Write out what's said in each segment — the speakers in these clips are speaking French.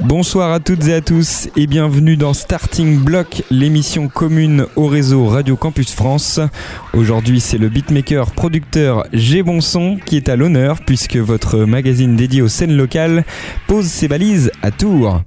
Bonsoir à toutes et à tous et bienvenue dans Starting Block, l'émission commune au réseau Radio Campus France. Aujourd'hui, c'est le beatmaker producteur G Bonson qui est à l'honneur puisque votre magazine dédié aux scènes locales pose ses balises à Tours.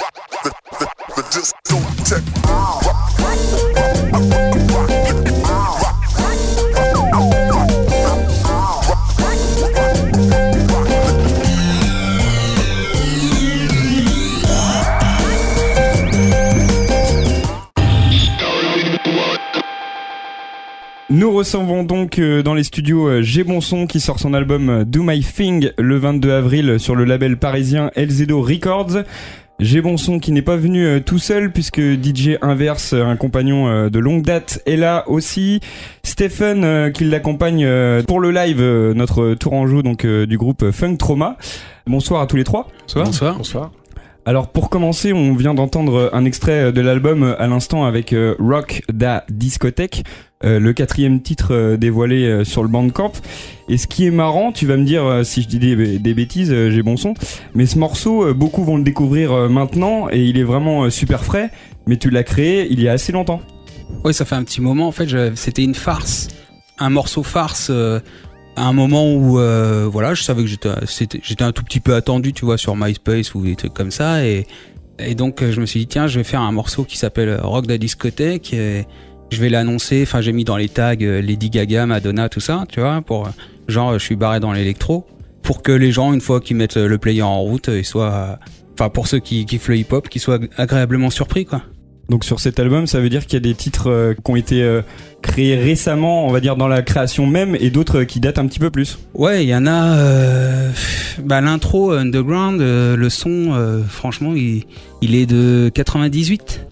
Nous recevons donc dans les studios G Bonson qui sort son album Do My Thing le 22 avril sur le label parisien Elzedo Records. G Bonson qui n'est pas venu tout seul puisque DJ Inverse, un compagnon de longue date, est là aussi. Stephen qui l'accompagne pour le live, notre tourangeau donc du groupe Funk Trauma. Bonsoir à tous les trois. Bonsoir. Bonsoir. Alors pour commencer, on vient d'entendre un extrait de l'album à l'instant avec Rock da Discothèque, le 4e titre dévoilé sur le Bandcamp. Et ce qui est marrant, tu vas me dire si je dis des bêtises, j'ai bon son, mais ce morceau, beaucoup vont le découvrir maintenant et il est vraiment super frais, mais tu l'as créé il y a assez longtemps. Oui, ça fait un petit moment, en fait, c'était une farce, un morceau farce... à un moment où voilà, je savais que j'étais un tout petit peu attendu, tu vois, sur MySpace ou des trucs comme ça, et donc je me suis dit tiens, je vais faire un morceau qui s'appelle Rock da Discothèque, et je vais l'annoncer. Enfin, j'ai mis dans les tags Lady Gaga, Madonna, tout ça, tu vois, pour genre je suis barré dans l'électro, pour que les gens, une fois qu'ils mettent le player en route, ils soient, enfin pour ceux qui kiffent le hip-hop, qu'ils soient agréablement surpris, quoi. Donc sur cet album, ça veut dire qu'il y a des titres qui ont été créés récemment, on va dire dans la création même, et d'autres qui datent un petit peu plus. Ouais, il y en a. L'intro Underground, le son, franchement, il est de 98.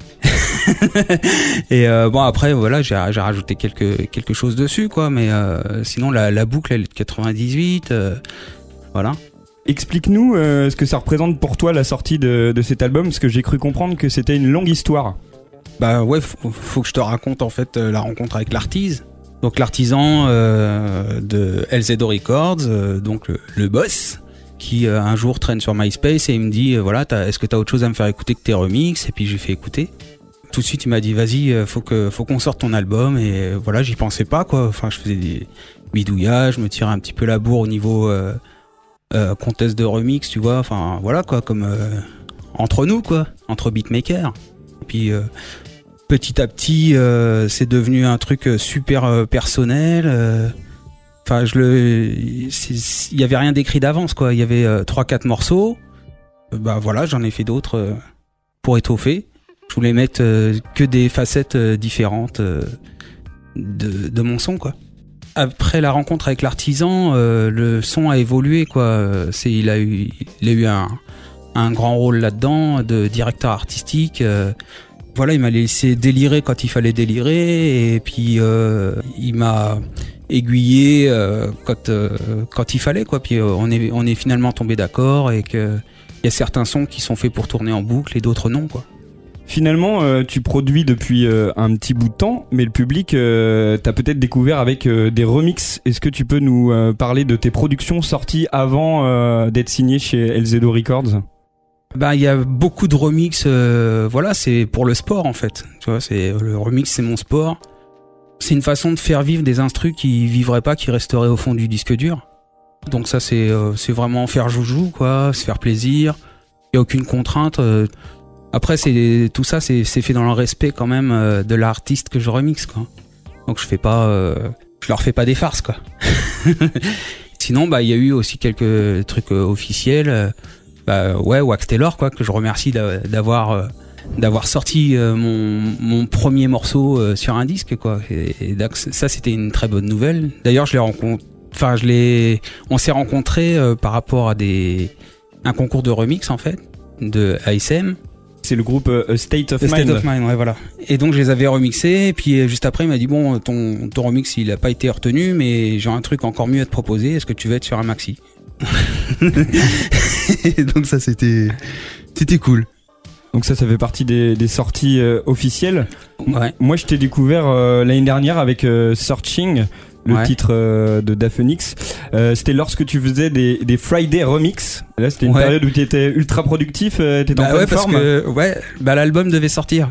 Et bon, après, voilà, j'ai rajouté quelque chose dessus, quoi. Mais sinon, la boucle, elle est de 98. Voilà. Explique-nous ce que ça représente pour toi la sortie de cet album, parce que j'ai cru comprendre que c'était une longue histoire. Bah ouais, faut que je te raconte en fait la rencontre avec l'artise. Donc l'artisan de Elzedo Records, donc le boss, qui un jour traîne sur MySpace et il me dit voilà, est-ce que t'as autre chose à me faire écouter que tes remixes? Et puis j'ai fait écouter. Tout de suite il m'a dit vas-y, faut qu'on sorte ton album, et voilà, j'y pensais pas, quoi. Enfin, je faisais des bidouillages, je me tirais un petit peu la bourre au niveau contest de remix, tu vois, enfin voilà, quoi, comme entre nous, quoi, entre beatmakers. Et puis petit à petit c'est devenu un truc super personnel. Enfin il y avait rien d'écrit d'avance, quoi. Il y avait 3-4 morceaux, bah voilà, j'en ai fait d'autres pour étoffer. Je voulais mettre que des facettes différentes de mon son, quoi. Après la rencontre avec l'artisan, le son a évolué, quoi. Il a eu un grand rôle là-dedans, de directeur artistique. Voilà, il m'a laissé délirer quand il fallait délirer, et puis il m'a aiguillé quand il fallait, quoi. Puis on est finalement tombé d'accord, et que il y a certains sons qui sont faits pour tourner en boucle et d'autres non, quoi. Finalement, tu produis depuis un petit bout de temps, mais le public t'a peut-être découvert avec des remixes. Est-ce que tu peux nous parler de tes productions sorties avant d'être signé chez Elzedo Records? Bah, il y a beaucoup de remixes. Voilà, c'est pour le sport, en fait. Tu vois, le remix, c'est mon sport. C'est une façon de faire vivre des instrus qui vivraient pas, qui resteraient au fond du disque dur. Donc ça, c'est vraiment faire joujou, quoi, se faire plaisir. Il y a aucune contrainte. Après, tout ça, c'est fait dans le respect quand même de l'artiste que je remixe, quoi. Donc je leur fais pas des farces, quoi. Sinon, bah il y a eu aussi quelques trucs officiels. Ouais, Wax Taylor, quoi, que je remercie d'avoir sorti mon premier morceau sur un disque, quoi. Et ça, c'était une très bonne nouvelle. D'ailleurs, on s'est rencontrés par rapport à un concours de remix, en fait, de ASM. C'est le groupe State of Mind. State of Mind, ouais, voilà. Et donc je les avais remixés, et puis juste après il m'a dit bon, ton remix il a pas été retenu, mais j'ai un truc encore mieux à te proposer, est-ce que tu veux être sur un maxi? Et donc ça c'était cool. Donc ça fait partie des sorties officielles. Ouais. Moi je t'ai découvert l'année dernière avec Searching. le titre de Daphenix. C'était lorsque tu faisais des Friday remix. Là, c'était une période où tu étais ultra productif, t'étais en pleine forme. L'album devait sortir.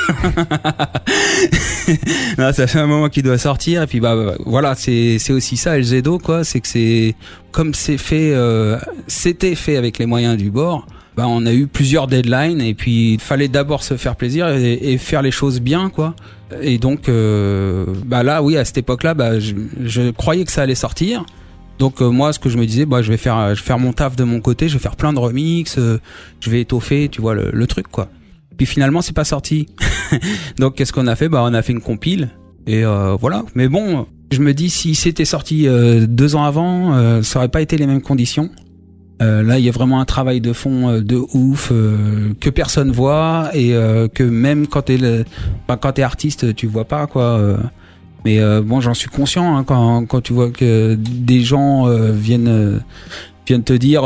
Non, ça fait un moment qu'il doit sortir, et puis voilà, c'est aussi ça Elzedo, quoi. C'est que c'est comme c'était fait avec les moyens du bord. On a eu plusieurs deadlines, et puis il fallait d'abord se faire plaisir et faire les choses bien, quoi. Et donc là, oui, à cette époque-là, je croyais que ça allait sortir. Donc moi, ce que je me disais, je vais faire mon taf de mon côté, je vais faire plein de remix, je vais étoffer, tu vois, le truc, quoi. Puis finalement, c'est pas sorti. Donc qu'est-ce qu'on a fait ? On a fait une compile, et voilà. Mais bon, je me dis, si c'était sorti 2 ans avant, ça aurait pas été les mêmes conditions. Là, il y a vraiment un travail de fond de ouf que personne voit, et que même quand t'es artiste, tu vois pas, quoi. Mais bon, j'en suis conscient, hein, quand tu vois que des gens viennent te dire,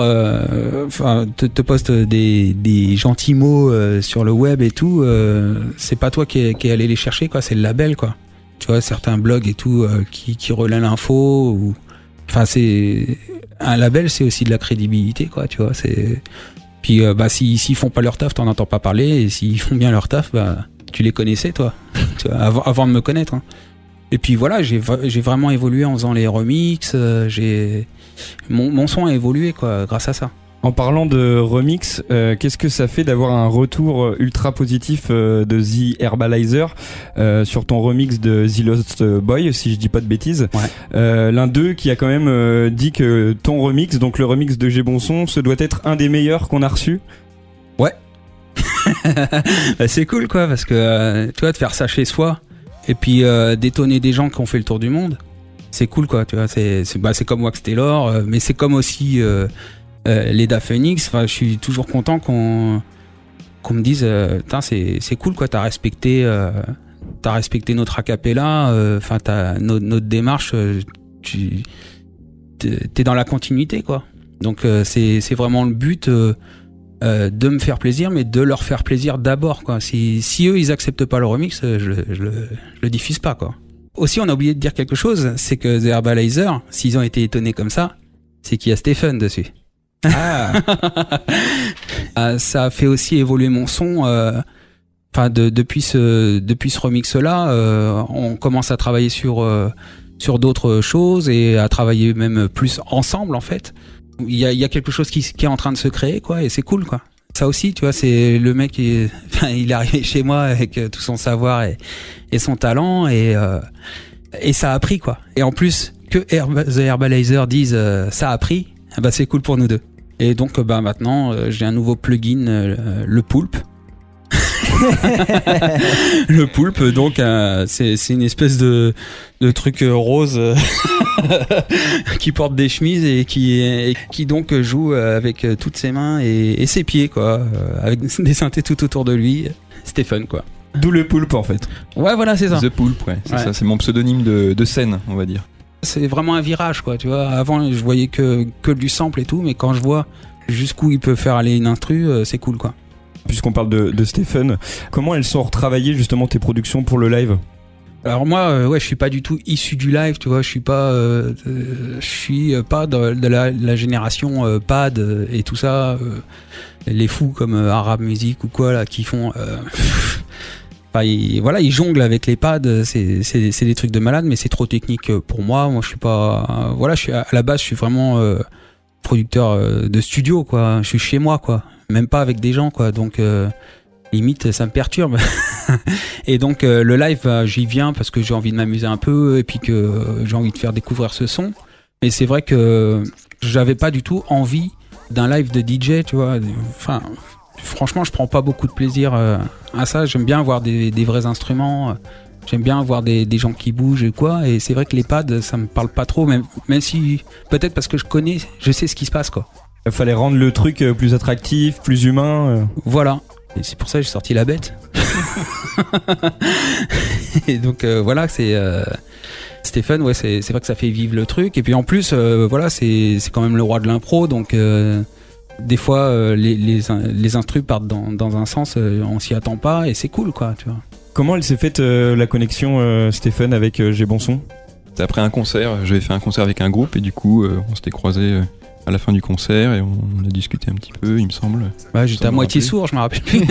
te postent des gentils mots sur le web et tout. C'est pas toi qui est allé les chercher, quoi. C'est le label, quoi. Tu vois, certains blogs et tout qui relaient l'info, ou c'est un label, c'est aussi de la crédibilité, quoi, tu vois. Puis s'ils font pas leur taf, t'en entends pas parler, et s'ils font bien leur taf, tu les connaissais, toi, tu vois, avant de me connaître, hein. Et puis voilà, j'ai vraiment évolué en faisant les remixes. Mon son a évolué, quoi, grâce à ça. En parlant de remix, qu'est-ce que ça fait d'avoir un retour ultra positif de The Herbalizer sur ton remix de The Lost Boy, si je dis pas de bêtises. Ouais. L'un d'eux qui a quand même dit que ton remix, donc le remix de J'ai Bon Son, ce doit être un des meilleurs qu'on a reçu. Ouais. C'est cool, quoi, parce que tu vois, de faire ça chez soi, et puis d'étonner des gens qui ont fait le tour du monde, c'est cool, quoi, tu vois. C'est comme Wax Taylor, mais c'est comme aussi les Daphenix. Je suis toujours content qu'on me dise c'est cool, quoi, t'as respecté notre acapella, notre démarche, t'es dans la continuité, quoi. Donc c'est vraiment le but, de me faire plaisir, mais de leur faire plaisir d'abord, quoi. Si eux ils acceptent pas le remix, je le diffuse pas, quoi. Aussi, on a oublié de dire quelque chose, c'est que The Herbalizer, s'ils ont été étonnés comme ça, c'est qu'il y a Stephen dessus. Ah. Ça a fait aussi évoluer mon son. Depuis ce remix-là, on commence à travailler sur d'autres choses, et à travailler même plus ensemble, en fait. Il y a quelque chose qui est en train de se créer, quoi, et c'est cool, quoi. Ça aussi, tu vois, c'est le mec il est arrivé chez moi avec tout son savoir et son talent, et ça a pris, quoi. Et en plus que The Herbalizer dise ça a pris, c'est cool pour nous deux. Et donc maintenant j'ai un nouveau plugin, le Poulpe. Le Poulpe, donc c'est une espèce de truc rose qui porte des chemises et qui donc joue avec toutes ses mains et ses pieds, quoi, avec des synthés tout autour de lui. C'était fun, quoi. D'où le Poulpe, en fait. Ouais, voilà, c'est ça. The Poulpe, ouais, c'est ça. C'est mon pseudonyme de scène, on va dire. C'est vraiment un virage, quoi, tu vois. Avant, je voyais que du sample et tout, mais quand je vois jusqu'où il peut faire aller une instru, c'est cool, quoi. Puisqu'on parle de Stephen, comment elles sont retravaillées, justement, tes productions pour le live ? Alors moi, je suis pas du tout issu du live, tu vois. Je suis pas de la génération pad et tout ça. Les fous comme Arab Music ou quoi, là, qui font... ils jonglent avec les pads, c'est des trucs de malade, mais c'est trop technique pour moi. Moi, je suis pas... à la base, je suis vraiment producteur de studio, quoi. Je suis chez moi, quoi. Même pas avec des gens, quoi. Donc, limite, ça me perturbe. Et donc, le live, j'y viens parce que j'ai envie de m'amuser un peu, et puis que j'ai envie de faire découvrir ce son. Mais c'est vrai que j'avais pas du tout envie d'un live de DJ, tu vois. Enfin... Franchement, je prends pas beaucoup de plaisir à ça. J'aime bien avoir des vrais instruments. J'aime bien avoir des gens qui bougent et quoi. Et c'est vrai que les pads, ça me parle pas trop. Même si, peut-être parce que je sais ce qui se passe, quoi. Il fallait rendre le truc plus attractif, plus humain. Voilà. Et c'est pour ça que j'ai sorti La Bête. Et donc, voilà, c'est... Stephen, ouais, c'est vrai que ça fait vivre le truc. Et puis en plus, voilà, c'est quand même le roi de l'impro. Donc... des fois les instrus partent dans un sens, on s'y attend pas, et c'est cool, quoi, tu vois. Comment elle s'est faite la connexion Stephen avec J'ai Bon Son ? C'était après un concert, j'avais fait un concert avec un groupe et du coup on s'était croisés à la fin du concert et on a discuté un petit peu, il me semble. Ouais, j'étais à moitié sourd, je me rappelle plus.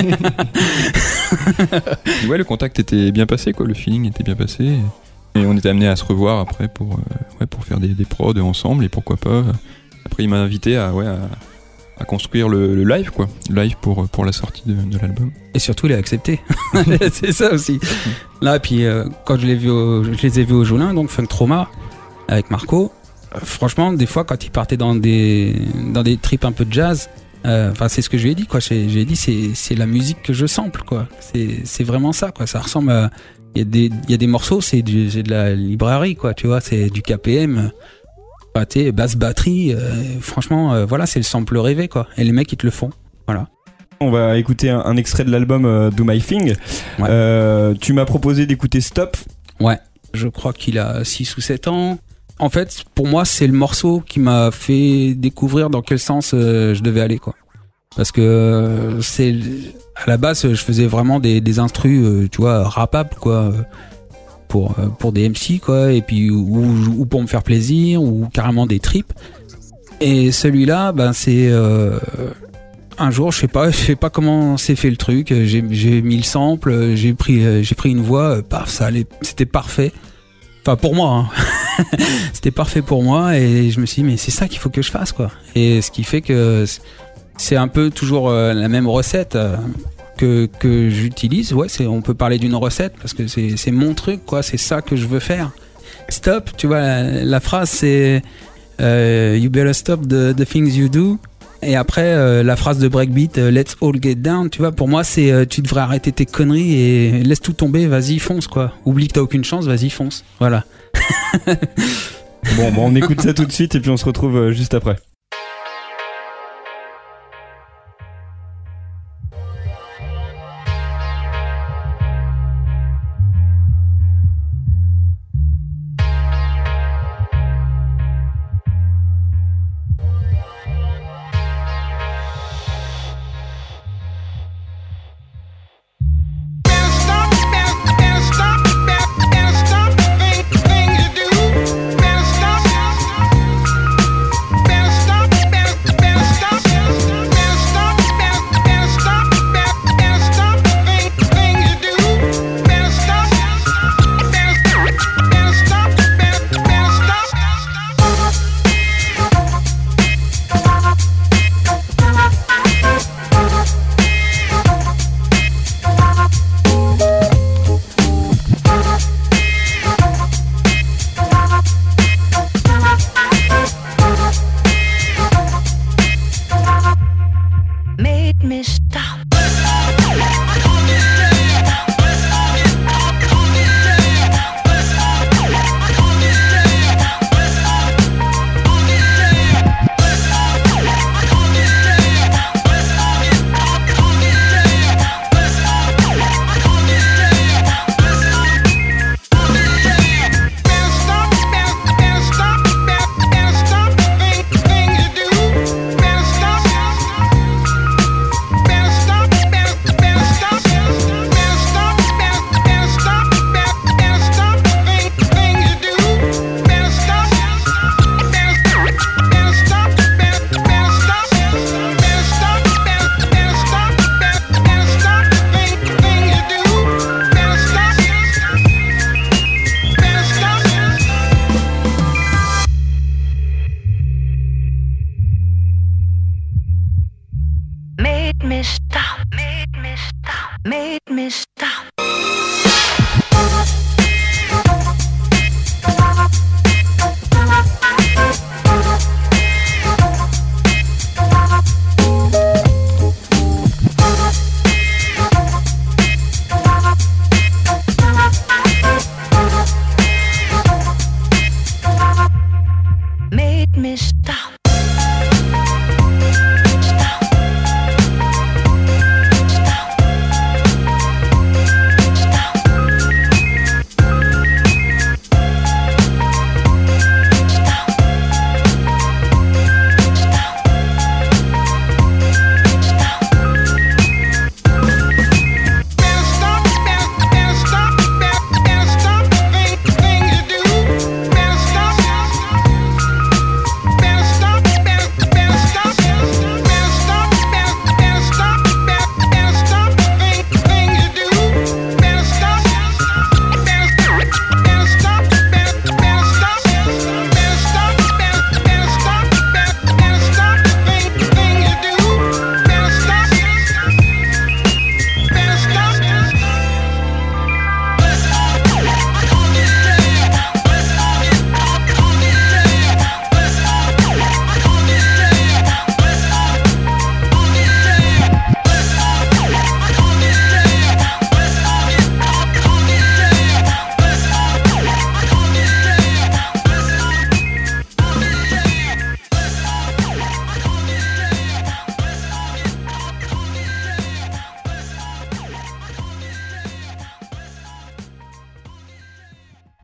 Ouais, le contact était bien passé, quoi, le feeling était bien passé. Et on était amenés à se revoir après pour faire des prods ensemble et pourquoi pas. Après il m'a invité à construire le live, quoi. Le live pour la sortie de l'album. Et surtout il a accepté. C'est ça aussi. Là, puis quand je les ai vus au Joulin, donc Funk Trauma, avec Marco, franchement, des fois quand ils partaient dans des trips un peu de jazz, c'est ce que je lui ai dit, quoi. J'ai dit c'est la musique que je sample, quoi. C'est vraiment ça, quoi. Ça ressemble à... Il y a des morceaux, c'est de la librairie, quoi, tu vois, c'est du KPM, basse batterie, franchement, voilà, c'est le sample rêvé, quoi. Et les mecs, ils te le font, voilà. On va écouter un extrait de l'album Do My Thing. Ouais. Tu m'as proposé d'écouter Stop. Ouais, je crois qu'il a 6 ou 7 ans. En fait, pour moi, c'est le morceau qui m'a fait découvrir dans quel sens je devais aller, quoi. Parce que à la base, je faisais vraiment des instrus, tu vois, rapables, quoi, pour des MC, quoi, et puis ou pour me faire plaisir, ou carrément des trips. Et celui-là, c'est un jour, je sais pas comment s'est fait le truc. J'ai mis le sample, j'ai pris une voix, paf, ça allait, c'était parfait. Enfin, pour moi, hein. C'était parfait pour moi, et je me suis dit, mais c'est ça qu'il faut que je fasse, quoi. Et ce qui fait que c'est un peu toujours la même recette que j'utilise. Ouais, on peut parler d'une recette parce que c'est mon truc, quoi. C'est ça que je veux faire. Stop, tu vois, la phrase c'est You better stop the things you do. Et après la phrase de breakbeat Let's all get down. Tu vois, pour moi c'est tu devrais arrêter tes conneries et laisse tout tomber. Vas-y, fonce, quoi. Oublie que t'as aucune chance. Vas-y, fonce. Voilà. Bon, on écoute ça tout de suite et puis on se retrouve juste après. me stop.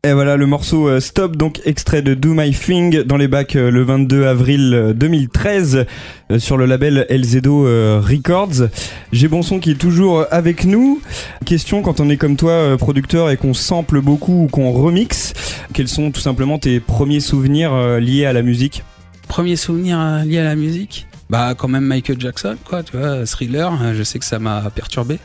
Et voilà le morceau Stop, donc extrait de Do My Thing dans les bacs le 22 avril 2013 sur le label Elzedo Records. J'ai bon son qui est toujours avec nous. Question, quand on est comme toi producteur et qu'on sample beaucoup ou qu'on remixe, quels sont tout simplement tes premiers souvenirs liés à la musique? Premiers souvenirs liés à la musique? Bah quand même Michael Jackson, quoi, tu vois, Thriller, je sais que ça m'a perturbé.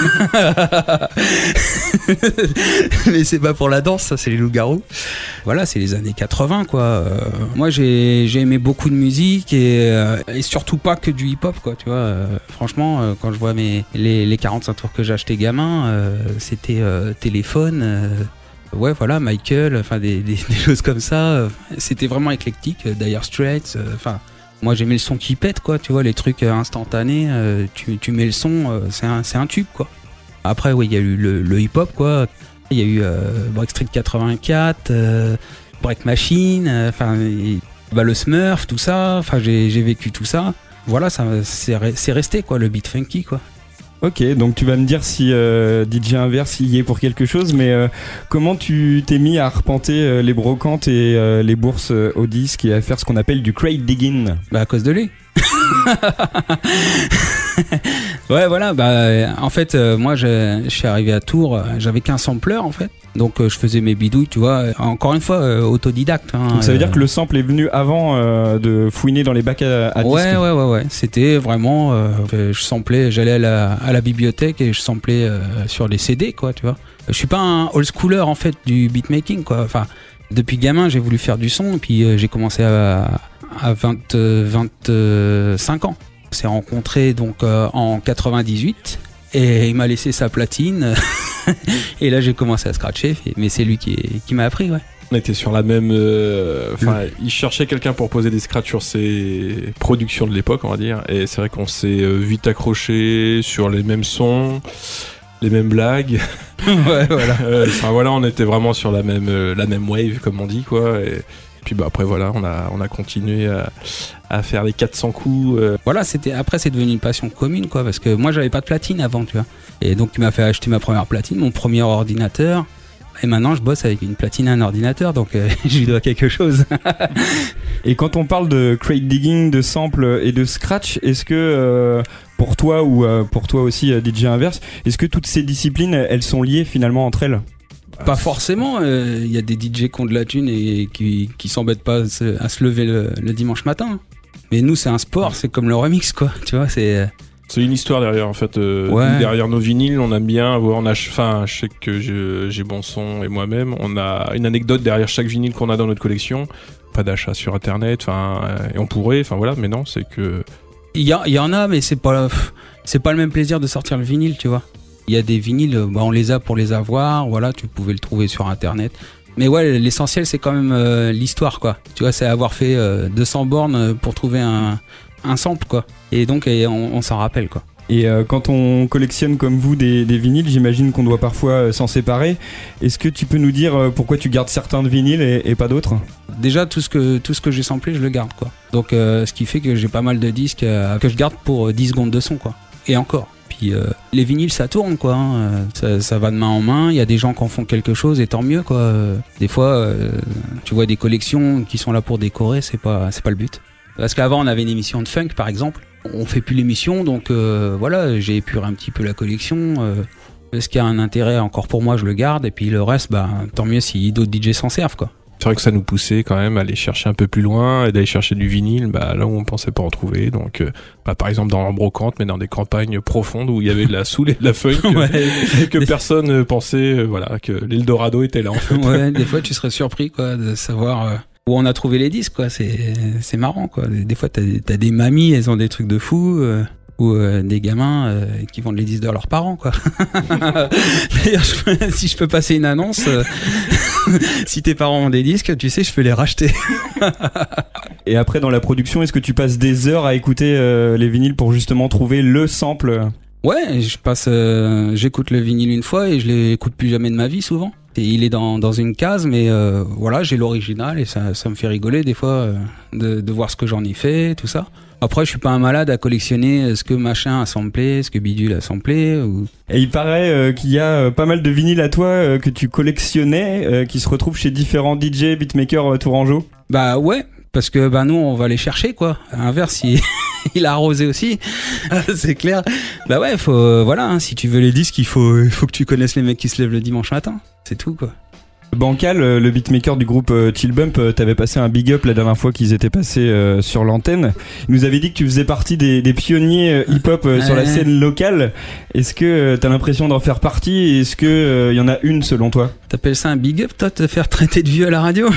Mais c'est pas pour la danse, ça, c'est les loups-garous. Voilà, c'est les années 80, quoi. Moi j'ai aimé beaucoup de musique et surtout pas que du hip-hop, quoi, tu vois. Franchement, quand je vois les 45 tours que j'ai acheté gamin, c'était téléphone. Ouais, voilà, Michael, enfin des choses comme ça. C'était vraiment éclectique. Dire Straits, enfin. Moi j'aimais le son qui pète, quoi, tu vois, les trucs instantanés, tu mets le son, c'est un tube, quoi. Après, oui, il y a eu le hip-hop, quoi. Il y a eu Breakstreet 84, Break Machine, le Smurf, tout ça. Enfin, j'ai vécu tout ça. Voilà, ça c'est resté, quoi, le beat funky, quoi. Ok, donc tu vas me dire si DJ Inverse y est pour quelque chose, mais comment tu t'es mis à arpenter les brocantes et les bourses au disque et à faire ce qu'on appelle du crate digging? Bah à cause de lui. Ouais, voilà, en fait moi je suis arrivé à Tours, j'avais qu'un sampler en fait. Donc je faisais mes bidouilles, tu vois, encore une fois autodidacte. Donc ça veut dire que le sample est venu avant de fouiner dans les bacs à disques. Ouais. C'était vraiment, je samplais, j'allais à la bibliothèque et je samplais sur les CD, quoi, tu vois. Je suis pas un old schooler en fait du beatmaking, quoi. Enfin, depuis gamin j'ai voulu faire du son et puis j'ai commencé à 25 ans. On s'est rencontrés donc en 98. Et il m'a laissé sa platine et là j'ai commencé à scratcher, mais c'est lui qui m'a appris, ouais. On était sur la même il cherchait quelqu'un pour poser des scratchs sur ses productions de l'époque, on va dire, et c'est vrai qu'on s'est vite accroché sur les mêmes sons, les mêmes blagues. Ouais, voilà. Voilà, on était vraiment sur la même wave, comme on dit, quoi. Et puis après voilà, on a continué à faire les 400 coups. Voilà, après c'est devenu une passion commune, quoi, parce que moi j'avais pas de platine avant, tu vois. Et donc il m'a fait acheter ma première platine, mon premier ordinateur. Et maintenant je bosse avec une platine et un ordinateur, donc je lui dois quelque chose. Et quand on parle de crate digging, de sample et de scratch, est-ce que pour toi ou pour toi aussi DJ Inverse, est-ce que toutes ces disciplines elles sont liées finalement entre elles? Pas forcément, y a des DJ qui ont de la thune et qui s'embêtent pas à se lever le dimanche matin. Mais nous c'est un sport, c'est comme le remix, quoi, tu vois, c'est une histoire derrière, en fait. Ouais. Derrière nos vinyles, on aime bien avoir. Je sais que j'ai bon son et moi-même, on a une anecdote derrière chaque vinyle qu'on a dans notre collection. Pas d'achat sur internet, et on pourrait, voilà, mais non, c'est que. Il y en a, mais c'est pas le même plaisir de sortir le vinyle, tu vois. Il y a des vinyles, on les a pour les avoir, voilà, tu pouvais le trouver sur internet. Mais ouais, l'essentiel c'est quand même l'histoire, quoi. Tu vois, c'est avoir fait 200 bornes pour trouver un sample, quoi. Et donc on s'en rappelle, quoi. Et quand on collectionne comme vous des vinyles, j'imagine qu'on doit parfois s'en séparer. Est-ce que tu peux nous dire pourquoi tu gardes certains de vinyles et pas d'autres? Déjà tout ce que j'ai samplé, je le garde, quoi. Donc ce qui fait que j'ai pas mal de disques que je garde pour 10 secondes de son, quoi. Et encore. Puis les vinyles ça tourne, quoi, hein. Ça va de main en main, il y a des gens qui en font quelque chose et tant mieux, quoi. Des fois tu vois des collections qui sont là pour décorer, c'est pas le but. Parce qu'avant on avait une émission de funk par exemple, on fait plus l'émission, donc voilà, j'ai épuré un petit peu la collection. Ce qui a un intérêt encore pour moi je le garde, et puis le reste tant mieux si d'autres DJ s'en servent, quoi. C'est vrai que ça nous poussait quand même à aller chercher un peu plus loin et d'aller chercher du vinyle là où on pensait pas en trouver. Donc par exemple dans la brocante, mais dans des campagnes profondes où il y avait de la soul et de la funk. Ouais. Et que personne pensait que l'Eldorado était là, en fait. Ouais, des fois tu serais surpris, quoi, de savoir où on a trouvé les disques, quoi. C'est marrant, quoi. Des fois t'as des mamies, elles ont des trucs de fou. Ou des gamins qui vendent les disques de leurs parents, quoi. D'ailleurs, si je peux passer une annonce, si tes parents ont des disques, tu sais, je peux les racheter. Et après, dans la production, est-ce que tu passes des heures à écouter les vinyles pour justement trouver le sample? Ouais, j'écoute le vinyle une fois et je l'écoute plus jamais de ma vie, souvent. Et il est dans une case, mais voilà, j'ai l'original et ça me fait rigoler des fois de voir ce que j'en ai fait, tout ça. Après, je suis pas un malade à collectionner ce que machin a samplé, ce que bidule a samplé. Et il paraît qu'il y a pas mal de vinyles à toi que tu collectionnais, qui se retrouvent chez différents DJ, beatmakers tourangeaux. Bah ouais, parce que nous on va les chercher quoi. À l'inverse, il a arrosé aussi, c'est clair. Bah ouais, voilà, si tu veux les disques, il faut que tu connaisses les mecs qui se lèvent le dimanche matin. C'est tout quoi. Bancal, le beatmaker du groupe Chill Bump, t'avais passé un big up la dernière fois qu'ils étaient passés sur l'antenne. Il nous avait dit que tu faisais partie des pionniers hip-hop sur la scène locale. Est-ce que t'as l'impression d'en faire partie? Est-ce que y en a une selon toi? T'appelles ça un big up, toi, te faire traiter de vieux à la radio?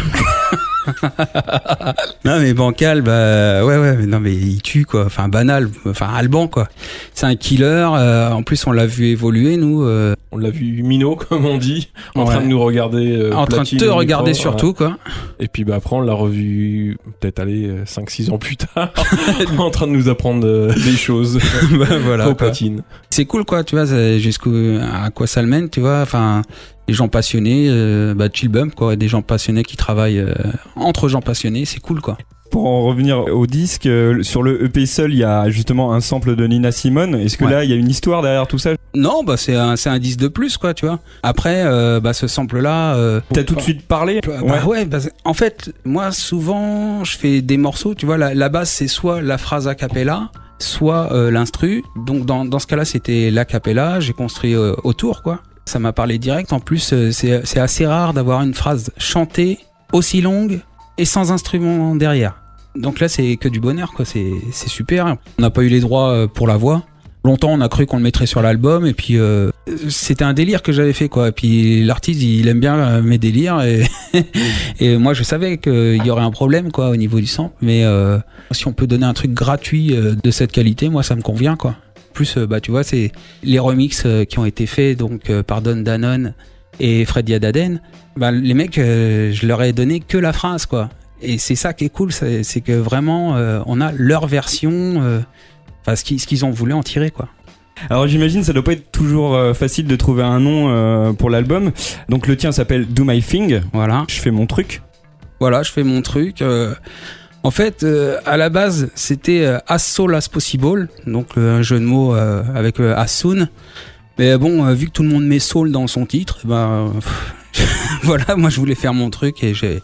Non mais Bancal, ouais, non mais il tue quoi, enfin Banal, enfin Alban quoi. C'est un killer. En plus on l'a vu évoluer nous. On l'a vu minot comme on dit, en train de nous regarder. En train de te regarder surtout quoi. Et puis après on l'a revu peut-être 5-6 ans plus tard, en train de nous apprendre des choses. Voilà. Au platine. C'est cool quoi, tu vois, à quoi ça le mène, tu vois. Enfin, des gens passionnés, Chill Bump quoi, des gens passionnés qui travaillent entre gens passionnés, c'est cool quoi. Pour en revenir au disque, sur le EP seul, il y a justement un sample de Nina Simone. Est-ce que là, il y a une histoire derrière tout ça? Non, c'est un disque de plus, quoi, tu vois. Après, ce sample-là... T'as tout de suite parlé? Ouais, en fait, moi, souvent, je fais des morceaux, tu vois, la base, c'est soit la phrase a cappella, soit l'instru. Donc, dans ce cas-là, c'était l'a cappella, j'ai construit autour, quoi. Ça m'a parlé direct. En plus, c'est assez rare d'avoir une phrase chantée aussi longue et sans instrument derrière. Donc là, c'est que du bonheur, quoi. C'est super. On n'a pas eu les droits pour la voix. Longtemps, on a cru qu'on le mettrait sur l'album, et puis c'était un délire que j'avais fait, quoi. Et puis l'artiste, il aime bien mes délires, et moi, je savais qu'il y aurait un problème, quoi, au niveau du sample. Mais si on peut donner un truc gratuit de cette qualité, moi, ça me convient, quoi. Plus, tu vois, c'est les remixes qui ont été faits donc par Don Danone et Freddy Adaden. Les mecs, je leur ai donné que la phrase, quoi. Et c'est ça qui est cool, c'est que vraiment, on a leur version, ce qu'ils ont voulu en tirer, quoi. Alors j'imagine ça doit pas être toujours facile de trouver un nom pour l'album. Donc le tien s'appelle Do My Thing. Voilà. Je fais mon truc. Voilà, je fais mon truc. En fait, à la base, c'était As Soul As Possible, donc un jeu de mots avec As Soon. Mais bon, vu que tout le monde met soul dans son titre, voilà, moi je voulais faire mon truc et j'ai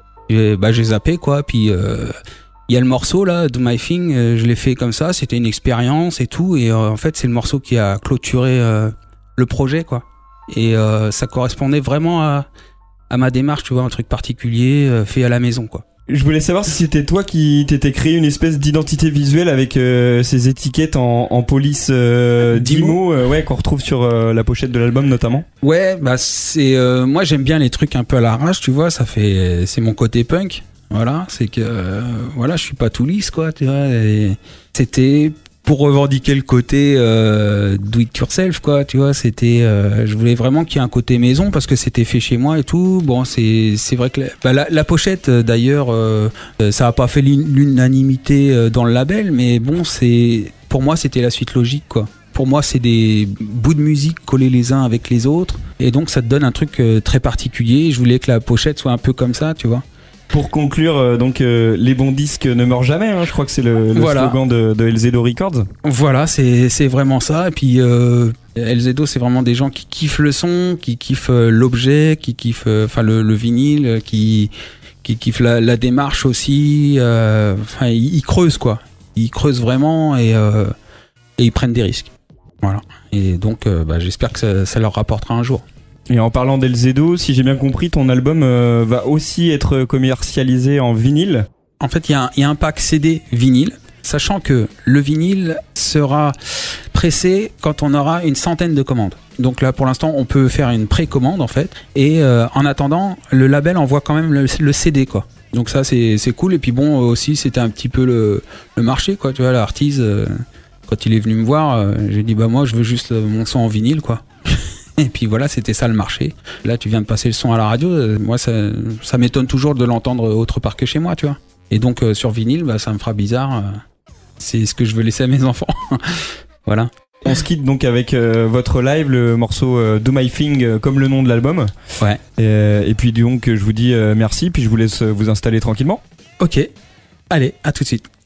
zappé, quoi. Puis il y a le morceau là, Do My Thing, je l'ai fait comme ça, c'était une expérience et tout, et en fait c'est le morceau qui a clôturé le projet, quoi. Et ça correspondait vraiment à ma démarche, tu vois, un truc particulier fait à la maison, quoi. Je voulais savoir si c'était toi qui t'étais créé une espèce d'identité visuelle avec ces étiquettes en police d'IMO, qu'on retrouve sur la pochette de l'album notamment. Ouais, c'est moi j'aime bien les trucs un peu à l'arrache, tu vois, c'est mon côté punk. Voilà, c'est que je suis pas tout lisse, quoi, tu vois. Et c'était pour revendiquer le côté do it yourself, quoi, tu vois. C'était je voulais vraiment qu'il y ait un côté maison parce que c'était fait chez moi et tout. Bon, c'est vrai que la pochette d'ailleurs ça a pas fait l'unanimité dans le label, mais bon, pour moi c'était la suite logique, quoi. Pour moi, c'est des bouts de musique collés les uns avec les autres, et donc ça te donne un truc très particulier. Je voulais que la pochette soit un peu comme ça, tu vois. Pour conclure, les bons disques ne meurent jamais, hein, je crois que c'est le slogan de Elzedo Records. Voilà, c'est vraiment ça. Et puis Elzedo, c'est vraiment des gens qui kiffent le son, qui kiffent l'objet, qui kiffent le vinyle, qui kiffent la démarche aussi. Ils creusent, quoi. Ils creusent vraiment et ils prennent des risques. Voilà. Et donc j'espère que ça leur rapportera un jour. Et en parlant d'Elzedo, si j'ai bien compris, ton album va aussi être commercialisé en vinyle. En fait, il y a un pack CD vinyle, sachant que le vinyle sera pressé quand on aura une centaine de commandes. Donc là, pour l'instant, on peut faire une précommande, en fait. Et en attendant, le label envoie quand même le CD, quoi. Donc ça, c'est cool. Et puis bon, aussi, c'était un petit peu le marché, quoi. Tu vois, l'artiste, quand il est venu me voir, j'ai dit, moi, je veux juste mon son en vinyle, quoi. Et puis voilà, c'était ça le marché. Là, tu viens de passer le son à la radio. Moi, ça m'étonne toujours de l'entendre autre part que chez moi, tu vois. Et donc, sur vinyle, ça me fera bizarre. C'est ce que je veux laisser à mes enfants. Voilà. On se quitte donc avec votre live, le morceau Do My Thing, comme le nom de l'album. Ouais. Et puis donc je vous dis merci, puis je vous laisse vous installer tranquillement. Ok. Allez, à tout de suite.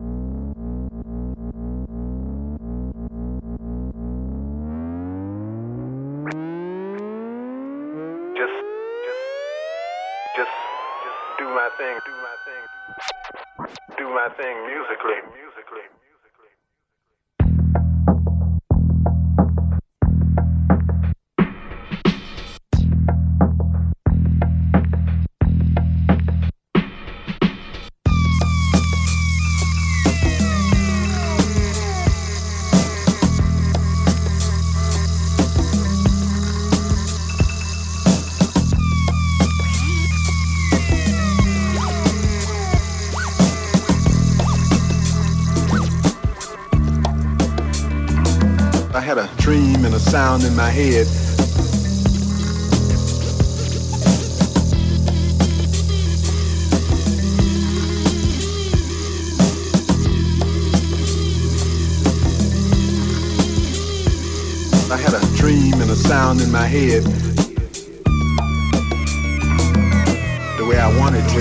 Do my thing musically. I had a dream and a sound in my head. I had a dream and a sound in my head. The way I wanted to.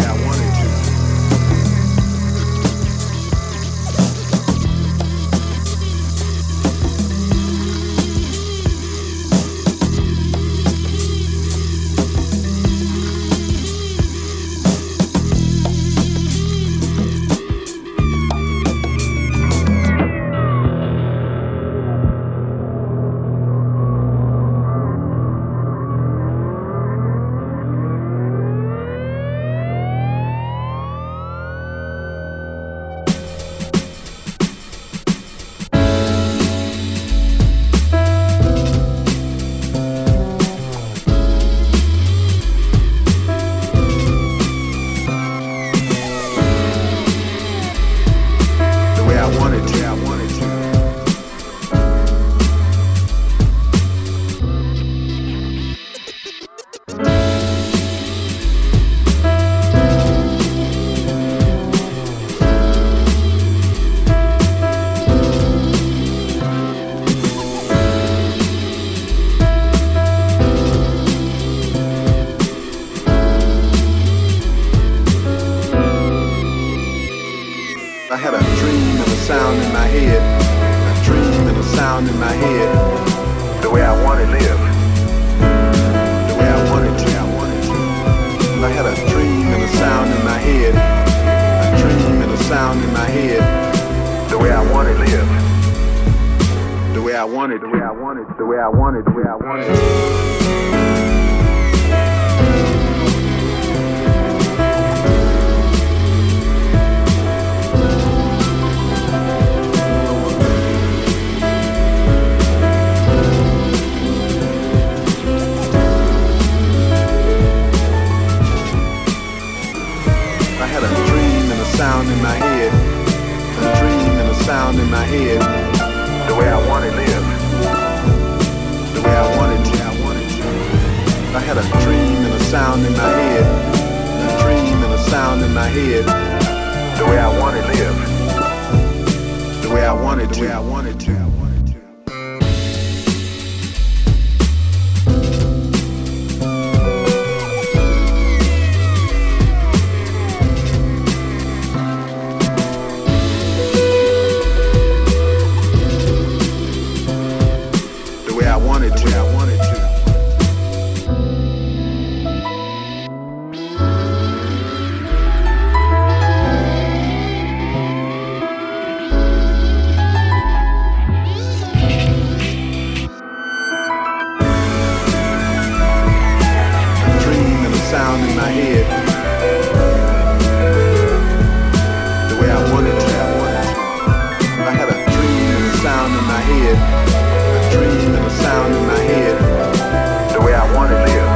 I had a dream and a sound in my head. A dream and a sound in my head. The way I wanted to live. The way I wanted to. I had a dream and a sound in my head. A dream and a sound in my head. The way I wanted to live. The way I wanted, the way I wanted, the way I wanted, the way I wanted. Sound in my head, a dream and a sound in my head. The way I wanted to live, the way I wanted to. I had a dream and a sound in my head, a dream and a sound in my head. The way I wanted to live, the way I wanted to. Sound in my head, the way I wanted to. I had a dream and a sound in my head, a dream and a sound in my head, the way I wanted to live.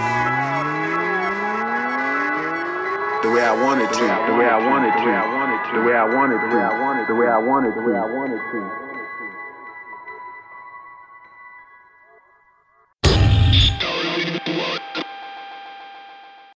The way I wanted to, the way I wanted to. the way I wanted to. The way I wanted to.